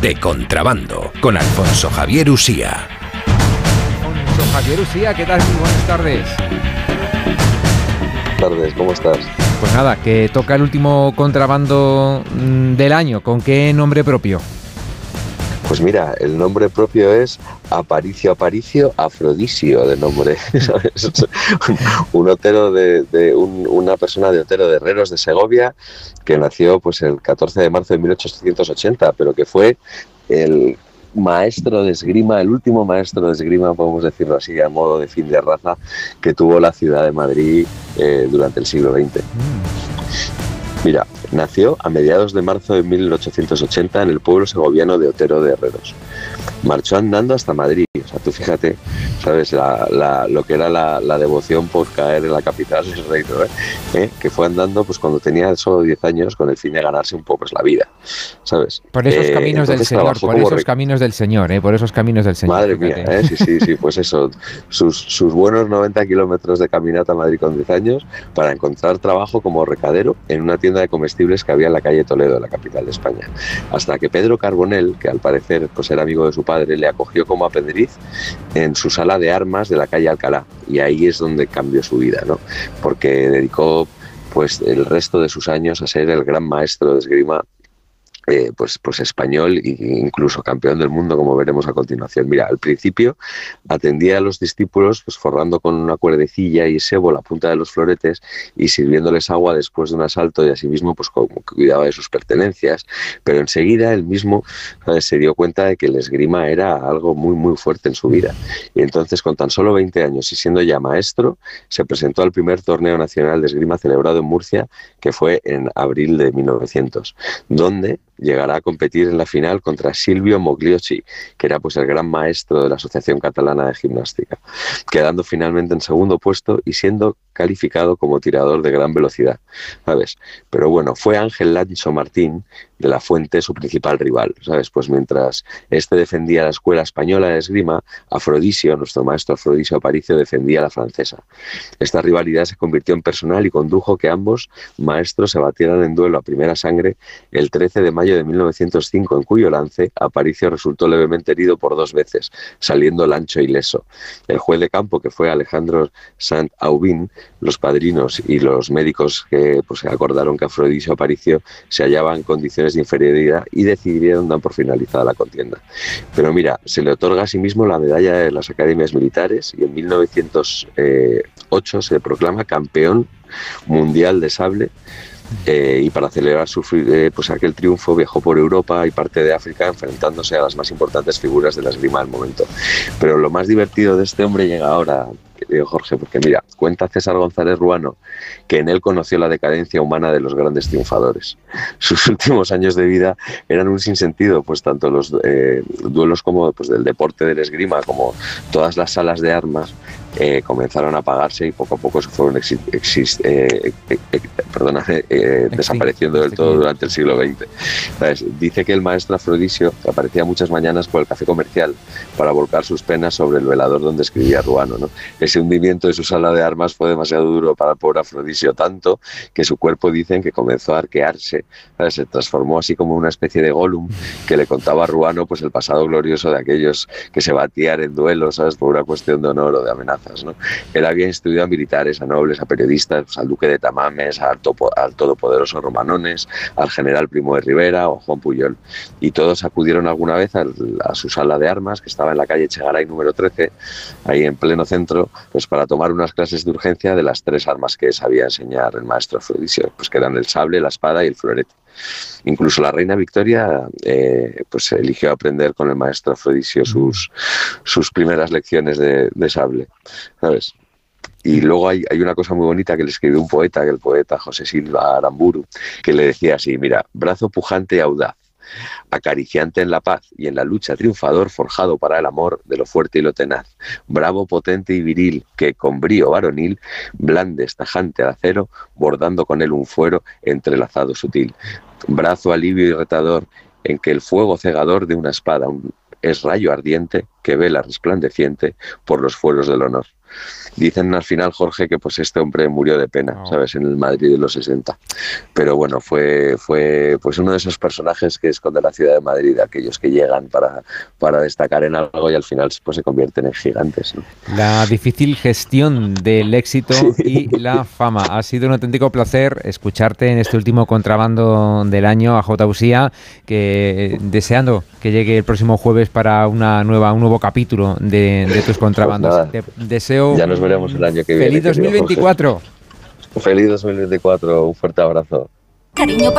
de Contrabando, con Alfonso Javier Usía. Alfonso Javier Usía, ¿qué tal? Muy buenas tardes. Buenas tardes, ¿cómo estás? Pues nada, que toca el último Contrabando del año. ¿Con qué nombre propio? Pues mira, el nombre propio es Aparicio Afrodisio de nombre, ¿sabes? Un Otero una persona de Otero de Herreros de Segovia que nació pues el 14 de marzo de 1880, pero que fue el maestro de esgrima, el último maestro de esgrima, podemos decirlo así, a modo de fin de raza, que tuvo la ciudad de Madrid durante el siglo XX. Mira, nació a mediados de marzo de 1880 en el pueblo segoviano de Otero de Herreros. Marchó andando hasta Madrid, o sea, tú fíjate, ¿sabes? Lo que era la devoción por caer en la capital del reino, que fue andando pues cuando tenía solo 10 años con el fin de ganarse un poco pues, la vida, ¿sabes? Por esos caminos del Señor, por esos caminos del Señor, por esos caminos del Señor. Madre mía, sí, pues eso, sus buenos 90 kilómetros de caminata a Madrid con 10 años para encontrar trabajo como recadero en una tienda de comestibles que había en la calle Toledo, la capital de España. Hasta que Pedro Carbonell, que al parecer pues era amigo de su padre, le acogió como aprendiz en su sala de armas de la calle Alcalá, y ahí es donde cambió su vida, ¿no? Porque dedicó pues el resto de sus años a ser el gran maestro de esgrima pues español e incluso campeón del mundo, como veremos a continuación. Mira, al principio atendía a los discípulos pues forrando con una cuerdecilla y sebo la punta de los floretes y sirviéndoles agua después de un asalto, y asimismo pues como cuidaba de sus pertenencias, pero enseguida él mismo se dio cuenta de que el esgrima era algo muy muy fuerte en su vida, y entonces con tan solo 20 años y siendo ya maestro se presentó al primer torneo nacional de esgrima celebrado en Murcia, que fue en abril de 1900, donde llegará a competir en la final contra Silvio Mogliocci, que era pues el gran maestro de la Asociación Catalana de Gimnástica, quedando finalmente en segundo puesto y siendo calificado como tirador de gran velocidad, ¿sabes? Pero bueno, fue Ángel Lancho Martín de la Fuente su principal rival, ¿sabes? Pues mientras este defendía la escuela española de esgrima, Afrodisio, nuestro maestro Afrodisio Aparicio, defendía la francesa. Esta rivalidad se convirtió en personal y condujo que ambos maestros se batieran en duelo a primera sangre el 13 de mayo de 1905, en cuyo lance Aparicio resultó levemente herido por 2 veces, saliendo Lancho ileso. El juez de campo, que fue Alejandro Saint-Aubin, los padrinos y los médicos que pues, acordaron que Afrodisio Aparicio se hallaba en condiciones de inferioridad y decidieron dar por finalizada la contienda. Pero mira, se le otorga asimismo la medalla de las academias militares y en 1908 se le proclama campeón mundial de sable. Y para celebrar pues aquel triunfo viajó por Europa y parte de África enfrentándose a las más importantes figuras de la esgrima del momento. Pero lo más divertido de este hombre llega ahora, querido Jorge, porque mira, cuenta César González Ruano que en él conoció la decadencia humana de los grandes triunfadores. Sus últimos años de vida eran un sinsentido, pues tanto los duelos como pues, del deporte del esgrima como todas las salas de armas comenzaron a apagarse y poco a poco se fueron desapareciendo del todo durante el siglo XX. ¿Sabes? Dice que el maestro Afrodisio aparecía muchas mañanas por el café comercial para volcar sus penas sobre el velador donde escribía Ruano, ¿no? Ese hundimiento de su sala de armas fue demasiado duro para el pobre Afrodisio, tanto que su cuerpo dicen que comenzó a arquearse, ¿sabes? Se transformó así como una especie de Gollum que le contaba a Ruano pues el pasado glorioso de aquellos que se batían en duelos, ¿sabes? Por una cuestión de honor o de amenaza, ¿no? Él había instruido a militares, a nobles, a periodistas, pues, al duque de Tamames, al todopoderoso Romanones, al general Primo de Rivera o a Juan Puyol, y todos acudieron alguna vez a su sala de armas, que estaba en la calle Chegaray número 13, ahí en pleno centro, pues para tomar unas clases de urgencia de las 3 armas que sabía enseñar el maestro Afrodisio, pues que eran el sable, la espada y el florete. Incluso la reina Victoria pues eligió aprender con el maestro Afrodisio sus primeras lecciones de sable, ¿sabes? Y luego hay una cosa muy bonita que le escribió un poeta, que el poeta José Silva Aramburu, que le decía así, mira, brazo pujante y audaz, acariciante en la paz y en la lucha triunfador, forjado para el amor de lo fuerte y lo tenaz, bravo, potente y viril, que con brío varonil blandes tajante al acero, bordando con él un fuero entrelazado sutil, brazo alivio y retador, en que el fuego cegador de una espada es rayo ardiente que vela resplandeciente por los fueros del honor. Dicen al final, Jorge, que pues este hombre murió de pena, ¿sabes? En el Madrid de los 60. Pero bueno, fue pues uno de esos personajes que esconde la ciudad de Madrid, aquellos que llegan para destacar en algo y al final pues se convierten en gigantes, ¿no? La difícil gestión del éxito y la fama. Ha sido un auténtico placer escucharte en este último contrabando del año a J. Usía, que deseando que llegue el próximo jueves para un nuevo capítulo de tus contrabandos. Pues Te deseo ya nos veremos el año que viene. ¡Feliz 2024! Feliz 2024, un fuerte abrazo. Cariño.